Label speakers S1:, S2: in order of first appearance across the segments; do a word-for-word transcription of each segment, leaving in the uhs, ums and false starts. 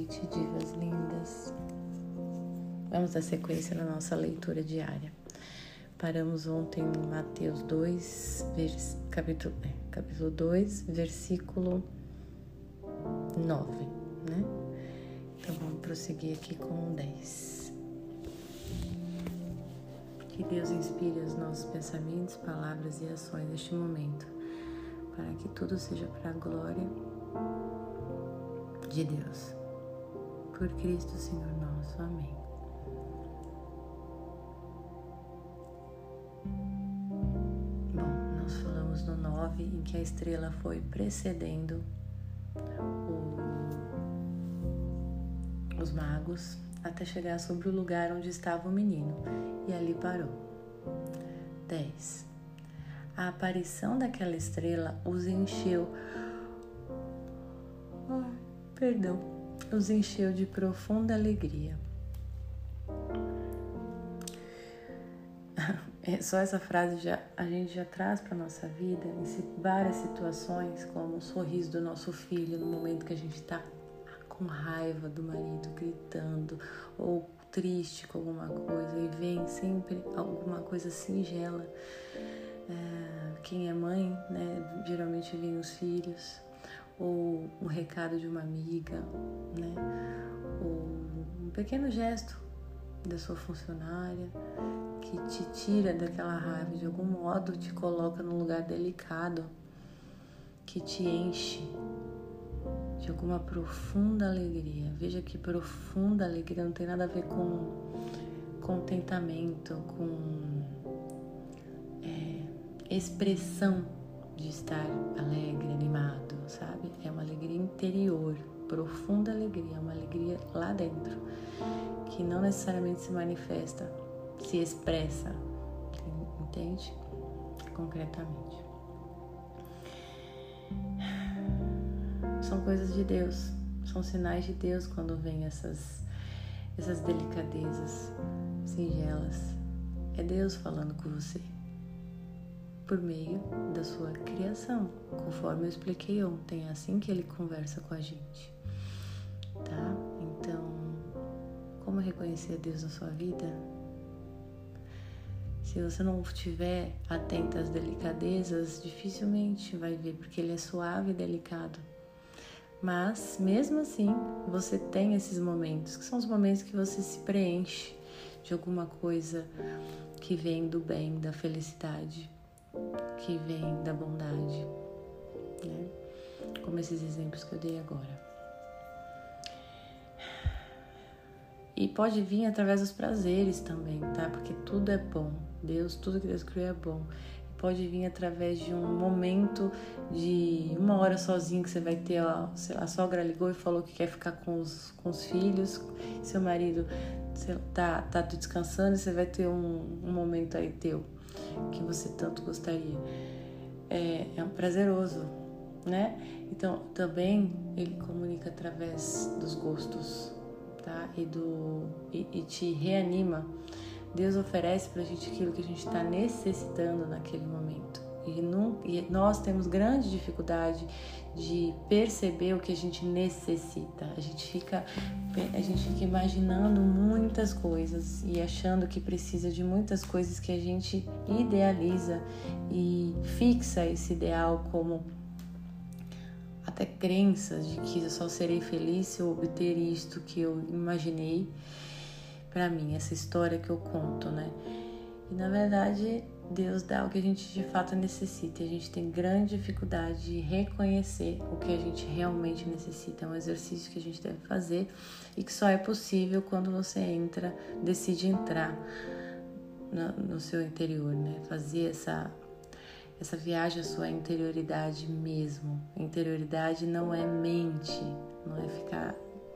S1: noite, divas lindas. Vamos dar sequência na nossa leitura diária. Paramos ontem em Mateus dois, vers... capítulo... É, capítulo dois, versículo nove, né? Então vamos prosseguir aqui com o dez. Que Deus inspire os nossos pensamentos, palavras e ações neste momento, para que tudo seja para a glória de Deus. Por Cristo, Senhor nosso. Amém. Bom, nós falamos no nove, em que a estrela foi precedendo o, os magos até chegar sobre o lugar onde estava o menino, e ali parou. dez. A aparição daquela estrela os encheu, oh, perdão, os encheu de profunda alegria. É, só essa frase já, a gente já traz para a nossa vida em várias situações, como o sorriso do nosso filho no momento que a gente está com raiva do marido, gritando, ou triste com alguma coisa, e vem sempre alguma coisa singela. É, quem é mãe, né, geralmente vem os filhos, ou um recado de uma amiga, né, ou um pequeno gesto da sua funcionária que te tira daquela raiva, de algum modo te coloca num lugar delicado, que te enche de alguma profunda alegria. Veja que profunda alegria não tem nada a ver com contentamento, com é, expressão de estar alegre, animado, sabe? É uma alegria interior, profunda alegria, uma alegria lá dentro, que não necessariamente se manifesta, se expressa, entende? Concretamente. São coisas de Deus, são sinais de Deus quando vem essas, essas delicadezas singelas. É Deus falando com você, por meio da sua criação, conforme eu expliquei ontem. É assim que Ele conversa com a gente, tá? Então, como reconhecer a Deus na sua vida? Se você não estiver atenta às delicadezas, dificilmente vai ver, porque Ele é suave e delicado. Mas, mesmo assim, você tem esses momentos, que são os momentos que você se preenche de alguma coisa que vem do bem, da felicidade, que vem da bondade, né? Como esses exemplos que eu dei agora. E pode vir através dos prazeres também, tá? Porque tudo é bom. Deus, tudo que Deus criou é bom. Pode vir através de um momento de uma hora sozinho que você vai ter, ó, sei lá, a sogra ligou e falou que quer ficar com os, com os filhos, seu marido tá, tá descansando e você vai ter um, um momento aí teu que você tanto gostaria. É, é um prazeroso, né? Então, também Ele comunica através dos gostos, tá? E, do, e, e te reanima. Deus oferece pra gente aquilo que a gente está necessitando naquele momento. E, não, e nós temos grande dificuldade de perceber o que a gente necessita. A gente fica, a gente fica imaginando muitas coisas e achando que precisa de muitas coisas que a gente idealiza e fixa esse ideal como até crenças de que eu só serei feliz se eu obter isto que eu imaginei para mim, essa história que eu conto, né? E na verdade, Deus dá o que a gente de fato necessita, e a gente tem grande dificuldade de reconhecer o que a gente realmente necessita. É um exercício que a gente deve fazer e que só é possível quando você entra, decide entrar no, no seu interior, né? Fazer essa, essa viagem à sua interioridade mesmo. Interioridade não é mente, não é ficar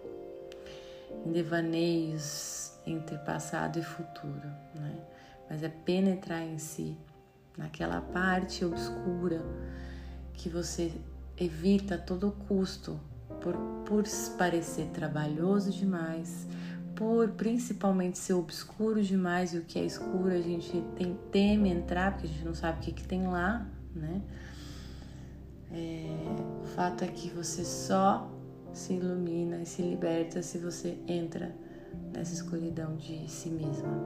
S1: em devaneios entre passado e futuro, né? Mas é penetrar em si, naquela parte obscura que você evita a todo custo, por, por parecer trabalhoso demais, por principalmente ser obscuro demais, e o que é escuro a gente tem, teme entrar, porque a gente não sabe o que, que tem lá, né? É, o fato é que você só se ilumina e se liberta se você entra nessa escuridão de si mesma.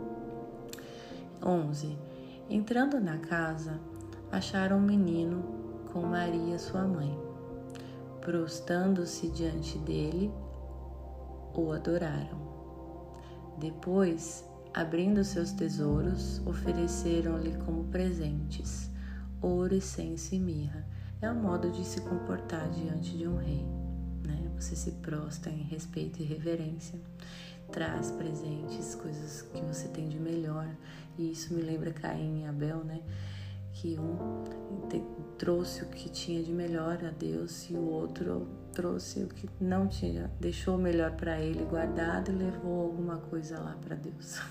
S1: onze. Entrando na casa, acharam um menino com Maria, sua mãe. Prostando-se diante dele, o adoraram. Depois, abrindo seus tesouros, ofereceram-lhe como presentes ouro, incenso e mirra. É o modo de se comportar diante de um rei, né? Você se prostra em respeito e reverência, traz presentes, coisas que você tem de melhor. E isso me lembra Caim e Abel, né? Que um te, trouxe o que tinha de melhor a Deus e o outro trouxe o que não tinha, deixou o melhor para ele guardado e levou alguma coisa lá para Deus.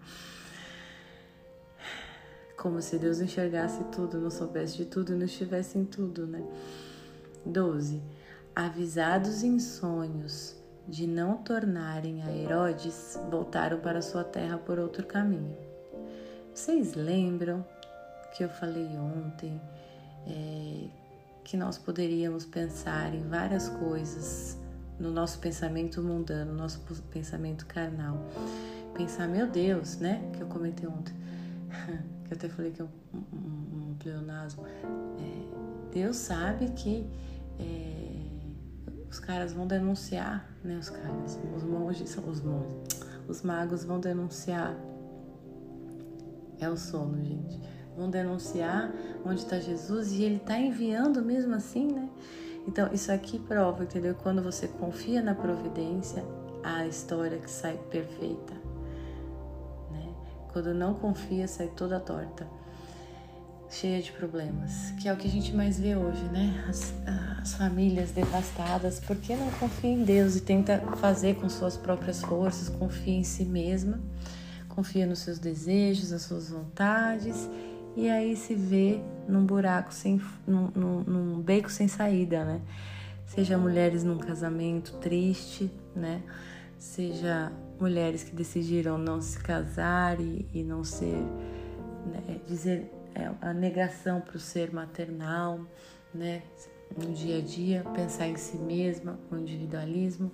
S1: Como se Deus enxergasse tudo, não soubesse de tudo e não estivesse em tudo, né? doze. Avisados em sonhos de não tornarem a Herodes, voltaram para sua terra por outro caminho. Vocês lembram que eu falei ontem é, que nós poderíamos pensar em várias coisas no nosso pensamento mundano, no nosso pensamento carnal. Pensar, meu Deus, né? Que eu comentei ontem, que eu até falei que é um, um, um pleonasmo. É, Deus sabe que é, os caras vão denunciar, né? Os caras, os monges, são os monges, os magos vão denunciar. É o sono, gente. Vão denunciar onde está Jesus e ele está enviando mesmo assim, né? Então, isso aqui prova, entendeu? Quando você confia na providência, a história que sai perfeita, né? Quando não confia, sai toda torta, cheia de problemas, que é o que a gente mais vê hoje, né? As, as famílias devastadas, porque não confia em Deus e tenta fazer com suas próprias forças, confia em si mesma, confia nos seus desejos, nas suas vontades, e aí se vê num buraco, sem, num, num, num beco sem saída, né? Seja mulheres num casamento triste, né? Seja mulheres que decidiram não se casar e, e não ser, né? Dizer é, a negação para o ser maternal, né? No dia a dia, pensar em si mesma, o individualismo.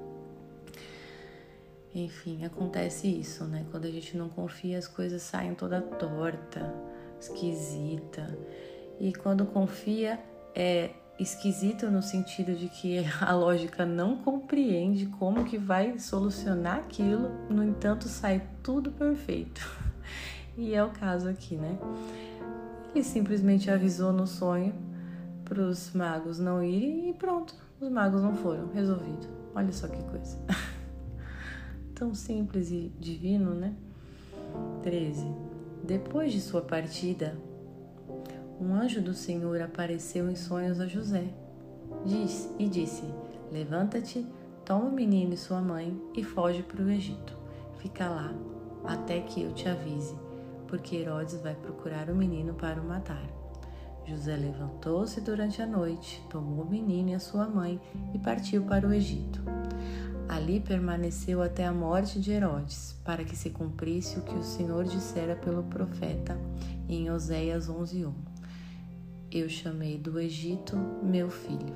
S1: Enfim, acontece isso, né? Quando a gente não confia, as coisas saem toda torta, esquisita. E quando confia, é esquisito no sentido de que a lógica não compreende como que vai solucionar aquilo. No entanto, sai tudo perfeito. E é o caso aqui, né? Ele simplesmente avisou no sonho para os magos não irem e pronto. Os magos não foram, resolvido. Olha só que coisa. Tão simples e divino, né? treze. Depois de sua partida, um anjo do Senhor apareceu em sonhos a José. Diz, e disse: levanta-te, toma o menino e sua mãe e foge para o Egito. Fica lá até que eu te avise, porque Herodes vai procurar o menino para o matar. José levantou-se durante a noite, tomou o menino e a sua mãe e partiu para o Egito. Ali permaneceu até a morte de Herodes, para que se cumprisse o que o Senhor dissera pelo profeta em Oséias onze, um. Eu chamei do Egito meu filho.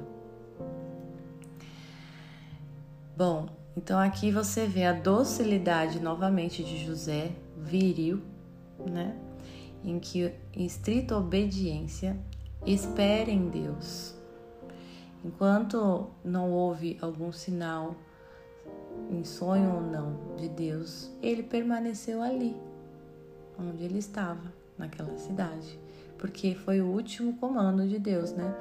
S1: Bom, então aqui você vê a docilidade novamente de José, viril, né? Em que, em estrita obediência, espera em Deus. Enquanto não houve algum sinal, em sonho ou não, de Deus, ele permaneceu ali, onde ele estava, naquela cidade, porque foi o último comando de Deus, né?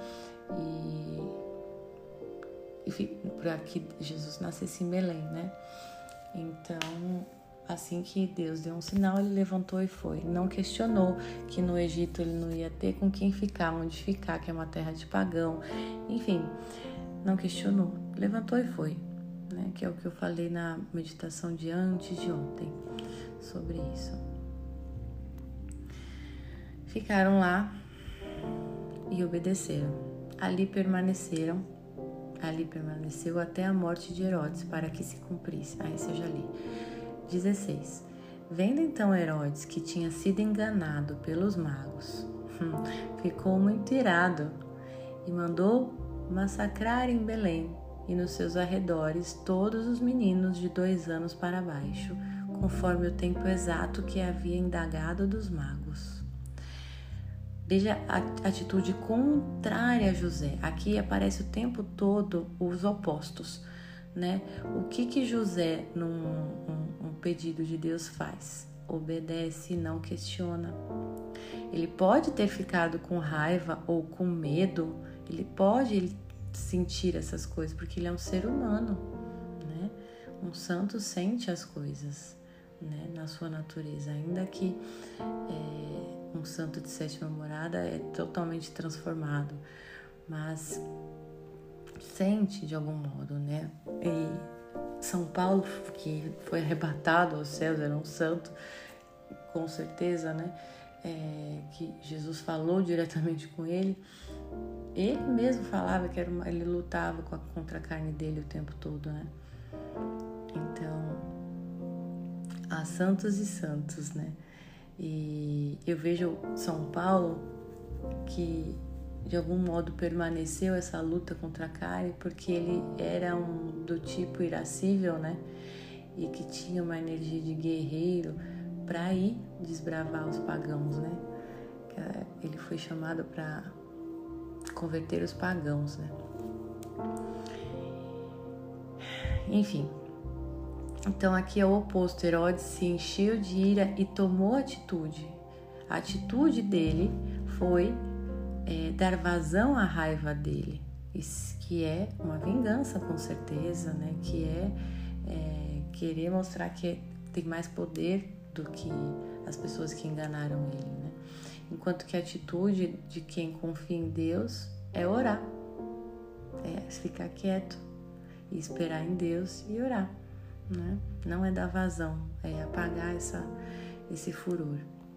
S1: E para que Jesus nascesse em Belém, né? Então, assim que Deus deu um sinal, ele levantou e foi. Não questionou que no Egito ele não ia ter com quem ficar, onde ficar, que é uma terra de pagão. Enfim, não questionou. Levantou e foi, né? Que é o que eu falei na meditação de antes de ontem sobre isso. Ficaram lá e obedeceram. Ali permaneceram. Ali permaneceu até a morte de Herodes, para que se cumprisse. Aí você já li. dezesseis. Vendo então Herodes que tinha sido enganado pelos magos, ficou muito irado e mandou massacrar em Belém e nos seus arredores todos os meninos de dois anos para baixo, conforme o tempo exato que havia indagado dos magos. Veja a atitude contrária a José. Aqui aparece o tempo todo os opostos, né? O que que José, num um, um pedido de Deus, faz? Obedece e não questiona. Ele pode ter ficado com raiva ou com medo, ele pode sentir essas coisas, porque ele é um ser humano, né? Um santo sente as coisas, né? Na sua natureza, ainda que é, um santo de sétima morada é totalmente transformado, mas sente de algum modo, né? E São Paulo, que foi arrebatado aos céus, era um santo, com certeza, né? É, que Jesus falou diretamente com ele. Ele mesmo falava que era uma, ele lutava com a, contra a carne dele o tempo todo, né? Então, há santos e santos, né? E eu vejo São Paulo que de algum modo permaneceu essa luta contra a carne, porque ele era um do tipo irascível, né? E que tinha uma energia de guerreiro para ir desbravar os pagãos, né? Ele foi chamado para converter os pagãos, né? Enfim, então aqui é o oposto. Herodes se encheu de ira e tomou atitude. A atitude dele foi é, dar vazão à raiva dele, que é uma vingança, com certeza, né? Que é, é querer mostrar que tem mais poder do que as pessoas que enganaram ele, né? Enquanto que a atitude de quem confia em Deus é orar, é ficar quieto e esperar em Deus e orar, né? Não é dar vazão, é apagar essa, esse furor.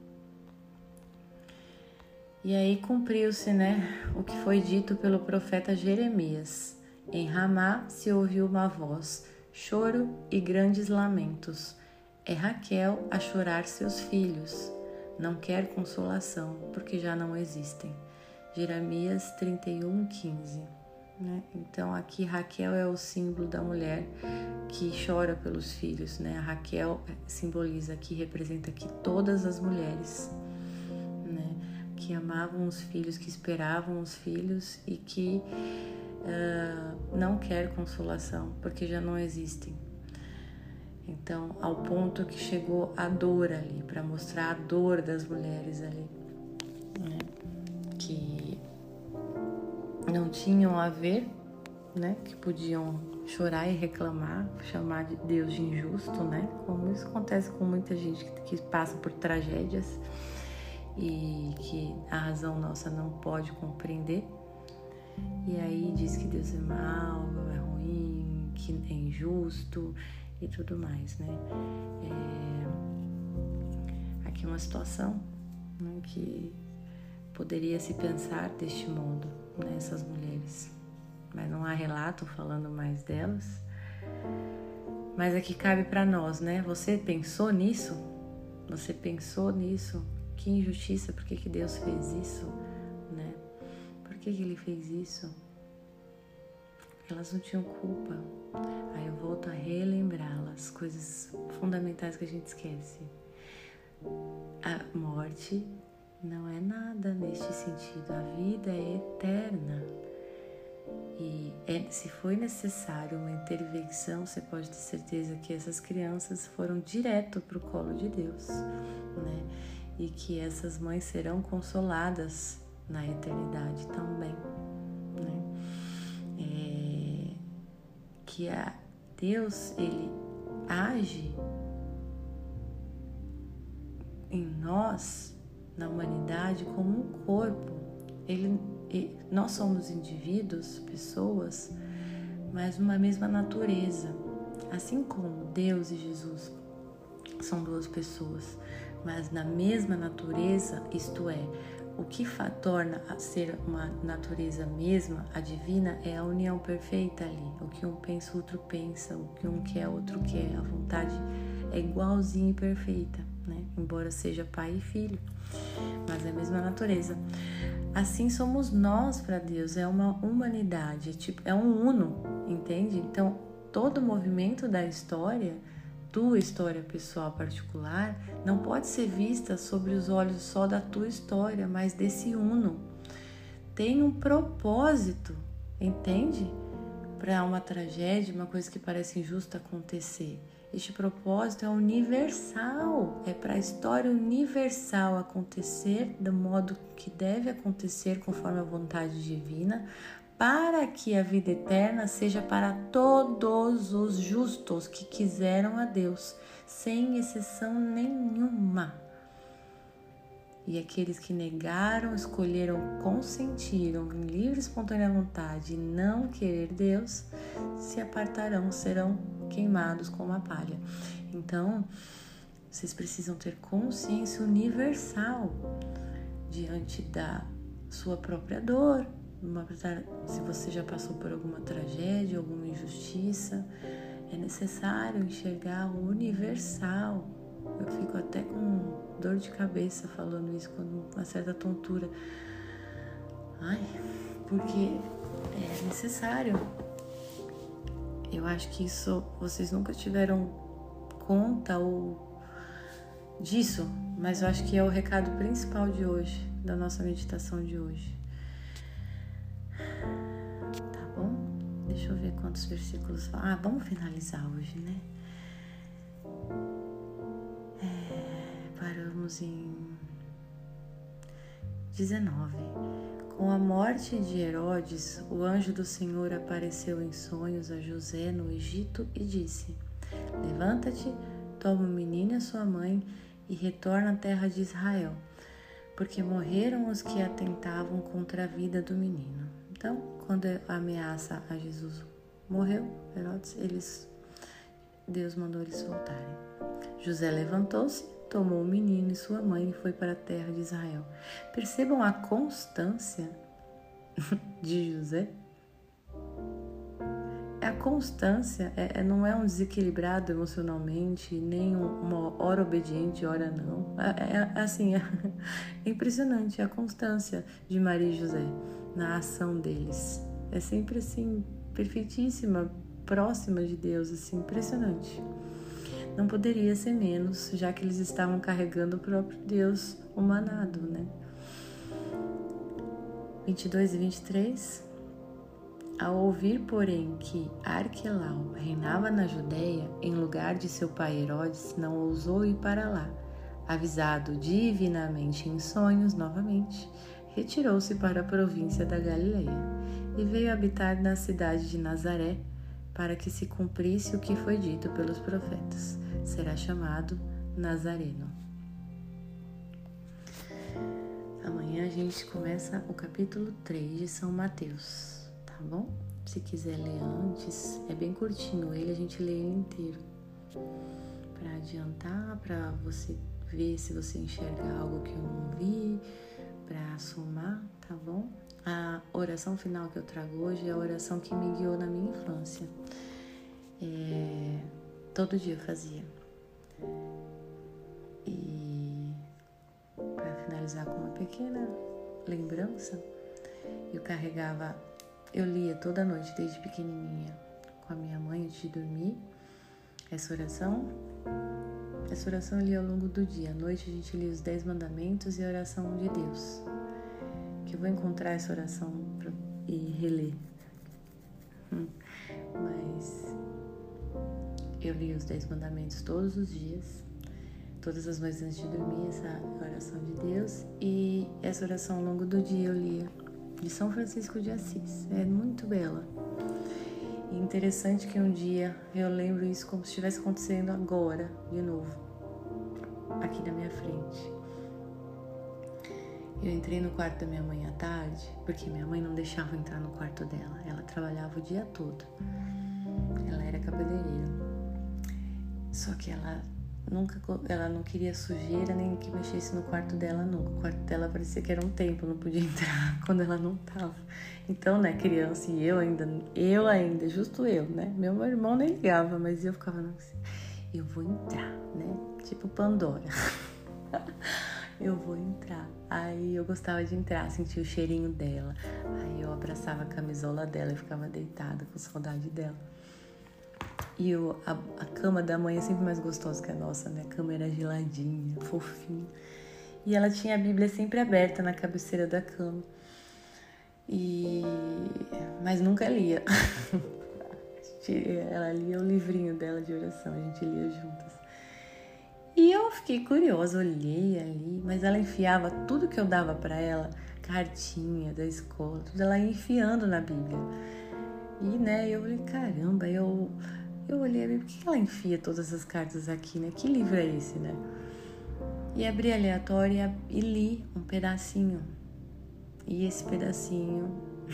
S1: E aí cumpriu-se, né, o que foi dito pelo profeta Jeremias. Em Ramá se ouviu uma voz, choro e grandes lamentos. É Raquel a chorar seus filhos. Não quer consolação, porque já não existem. Jeremias trinta e um, quinze. Né? Então aqui Raquel é o símbolo da mulher que chora pelos filhos, né? A Raquel simboliza aqui, representa aqui todas as mulheres, né? Que amavam os filhos, que esperavam os filhos e que uh, não quer consolação, porque já não existem. Então, ao ponto que chegou a dor ali, para mostrar a dor das mulheres ali, né? Que não tinham a ver, né? Que podiam chorar e reclamar, chamar de Deus de injusto, né? Como isso acontece com muita gente que, que passa por tragédias e que a razão nossa não pode compreender. E aí diz que Deus é mau, é ruim, que é injusto e tudo mais, né? É... Aqui é uma situação, né, que poderia se pensar deste modo, nessas mulheres, mas não há relato falando mais delas. Mas aqui cabe para nós, né? Você pensou nisso? Você pensou nisso? Que injustiça, por que que Deus fez isso, né? Por que que Ele fez isso? Elas não tinham culpa. Aí eu volto a relembrá-las, coisas fundamentais que a gente esquece. A morte não é nada neste sentido. A vida é eterna. E é, se foi necessário uma intervenção, você pode ter certeza que essas crianças foram direto para o colo de Deus, né? E que essas mães serão consoladas na eternidade também, né? É, que a Deus, Ele age em nós, na humanidade, como um corpo. Ele, ele, nós somos indivíduos, pessoas, mas uma mesma natureza. Assim como Deus e Jesus são duas pessoas, mas na mesma natureza, isto é, o que torna a ser uma natureza mesma, a divina, é a união perfeita ali. O que um pensa, o outro pensa, o que um quer, o outro quer. A vontade é igualzinha e perfeita, né? embora seja pai e filho, mas é a mesma natureza. Assim somos nós para Deus, é uma humanidade, tipo, é um uno, entende? Então, todo o movimento da história, tua história pessoal particular, não pode ser vista sobre os olhos só da tua história, mas desse uno. Tem um propósito, entende? Para uma tragédia, uma coisa que parece injusta acontecer. Este propósito é universal, é para a história universal acontecer do modo que deve acontecer conforme a vontade divina, para que a vida eterna seja para todos os justos que quiseram a Deus, sem exceção nenhuma. E aqueles que negaram, escolheram, consentiram em livre e espontânea vontade não querer Deus, se apartarão, serão queimados como a palha. Então, vocês precisam ter consciência universal diante da sua própria dor. Uma, se você já passou por alguma tragédia, alguma injustiça, é necessário enxergar o universal. Eu fico até com dor de cabeça falando isso, com uma certa tontura. Ai, porque é necessário. Eu acho que isso, vocês nunca tiveram conta ou disso, mas eu acho que é o recado principal de hoje, da nossa meditação de hoje. Tá bom? Deixa eu ver quantos versículos falam. Ah, vamos finalizar hoje, né? É, paramos em dezenove. Com a morte de Herodes, o anjo do Senhor apareceu em sonhos a José no Egito e disse: levanta-te, toma o menino e a sua mãe e retorna à terra de Israel, porque morreram os que atentavam contra a vida do menino. Então, quando a ameaça a Jesus morreu, Herodes, eles, Deus mandou eles voltarem. José levantou-se, tomou o menino e sua mãe e foi para a terra de Israel. Percebam a constância de José. A constância é, não é um desequilibrado emocionalmente, nem uma hora obediente, hora não. É, é assim, é, é impressionante a constância de Maria e José na ação deles. É sempre assim, perfeitíssima, próxima de Deus, assim, impressionante. Não poderia ser menos, já que eles estavam carregando o próprio Deus humanado, né? vinte e dois e vinte e três. Ao ouvir, porém, que Arquelau reinava na Judéia, em lugar de seu pai Herodes, não ousou ir para lá. Avisado divinamente em sonhos novamente, retirou-se para a província da Galileia e veio habitar na cidade de Nazaré, para que se cumprisse o que foi dito pelos profetas: será chamado Nazareno. Amanhã a gente começa o capítulo três de São Mateus, tá bom? Se quiser ler antes, é bem curtinho ele, a gente lê ele inteiro, para adiantar, para você ver se você enxerga algo que eu não vi, para somar, tá bom? A oração final que eu trago hoje é a oração que me guiou na minha infância. É, todo dia eu fazia. E para finalizar com uma pequena lembrança, eu carregava, eu lia toda noite desde pequenininha com a minha mãe antes de dormir essa oração. Essa oração eu lia ao longo do dia. À noite a gente lia os dez mandamentos e a oração de Deus, que eu vou encontrar essa oração pra, e reler. Hum, mas eu li os dez mandamentos todos os dias, todas as noites antes de dormir, essa oração de Deus, e essa oração ao longo do dia eu lia de São Francisco de Assis. É muito bela. E interessante que um dia eu lembro isso como se estivesse acontecendo agora, de novo, aqui na minha frente. Eu entrei no quarto da minha mãe à tarde, porque minha mãe não deixava eu entrar no quarto dela. Ela trabalhava o dia todo. Ela era cabeleireira. Só que ela nunca, ela não queria sujeira nem que mexesse no quarto dela nunca. O quarto dela parecia que era um templo, não podia entrar quando ela não tava. Então, né, criança, e eu ainda, eu ainda, justo eu, né? Meu irmão nem ligava, mas eu ficava assim, eu vou entrar, né? Tipo Pandora. Eu vou entrar. Aí eu gostava de entrar, sentir o cheirinho dela. Aí eu abraçava a camisola dela e ficava deitada com saudade dela. E eu, a, a cama da mãe é sempre mais gostosa que a nossa, né? A cama era geladinha, fofinha. E ela tinha a Bíblia sempre aberta na cabeceira da cama. E... Mas nunca lia. Ela lia o livrinho dela de oração, a gente lia juntas. E eu fiquei curiosa, olhei ali, mas ela enfiava tudo que eu dava pra ela, cartinha da escola, tudo ela ia enfiando na Bíblia. E, né, eu falei, caramba, eu, eu olhei a Bíblia, por que ela enfia todas essas cartas aqui, né? Que livro é esse, né? E abri aleatória e li um pedacinho. E esse pedacinho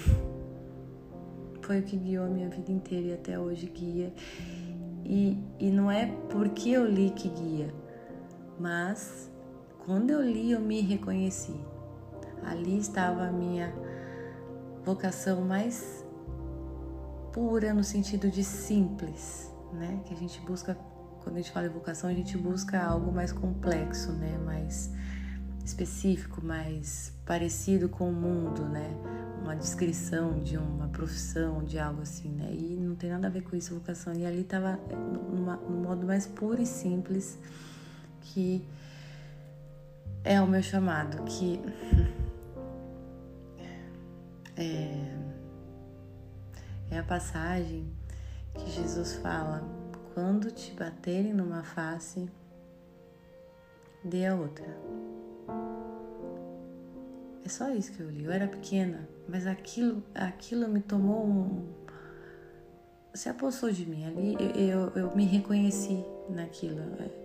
S1: foi o que guiou a minha vida inteira e até hoje guia. E, e não é porque eu li que guia, mas quando eu li eu me reconheci. Ali estava a minha vocação mais pura no sentido de simples, né? Que a gente busca, quando a gente fala de vocação, a gente busca algo mais complexo, né? Mais específico, mais parecido com o mundo, né? Uma descrição de uma profissão, de algo assim, né? E não tem nada a ver com isso, vocação. E ali estava no modo mais puro e simples, que é o meu chamado, que é, é a passagem que Jesus fala: quando te baterem numa face, dê a outra. É só isso que eu li. Eu era pequena, mas aquilo, aquilo me tomou um... se apossou de mim. Ali eu, eu, eu me reconheci naquilo.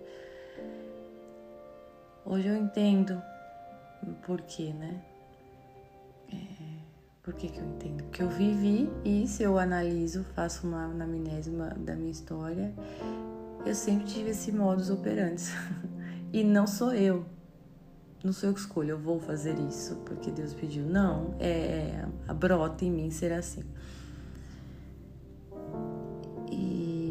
S1: Hoje eu entendo o porquê, né? É, por que que eu entendo? Porque eu vivi e se eu analiso, faço uma anamnese da minha história, eu sempre tive esse modus operandi. E não sou eu. Não sou eu que escolho, eu vou fazer isso porque Deus pediu. Não, é a brota em mim ser assim. E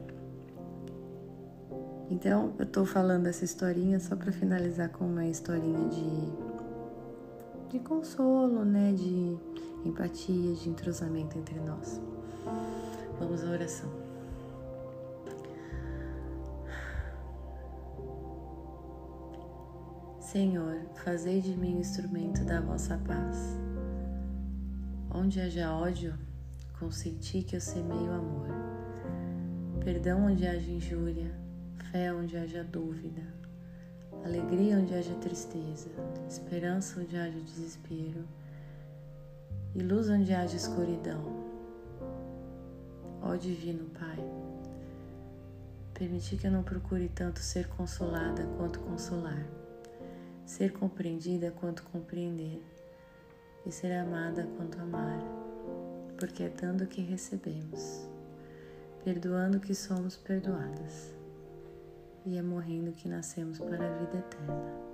S1: então eu tô falando essa historinha só para finalizar com uma historinha de de consolo, né, de empatia, de entrosamento entre nós. Vamos à oração. Senhor, fazei de mim instrumento da vossa paz. Onde haja ódio, consenti que eu semeio amor. Perdão onde haja injúria, fé onde haja dúvida, alegria onde haja tristeza, esperança onde haja desespero e luz onde haja escuridão. Ó Divino Pai, permiti que eu não procure tanto ser consolada quanto consolar, ser compreendida quanto compreender e ser amada quanto amar, porque é dando que recebemos, perdoando que somos perdoadas, e é morrendo que nascemos para a vida eterna.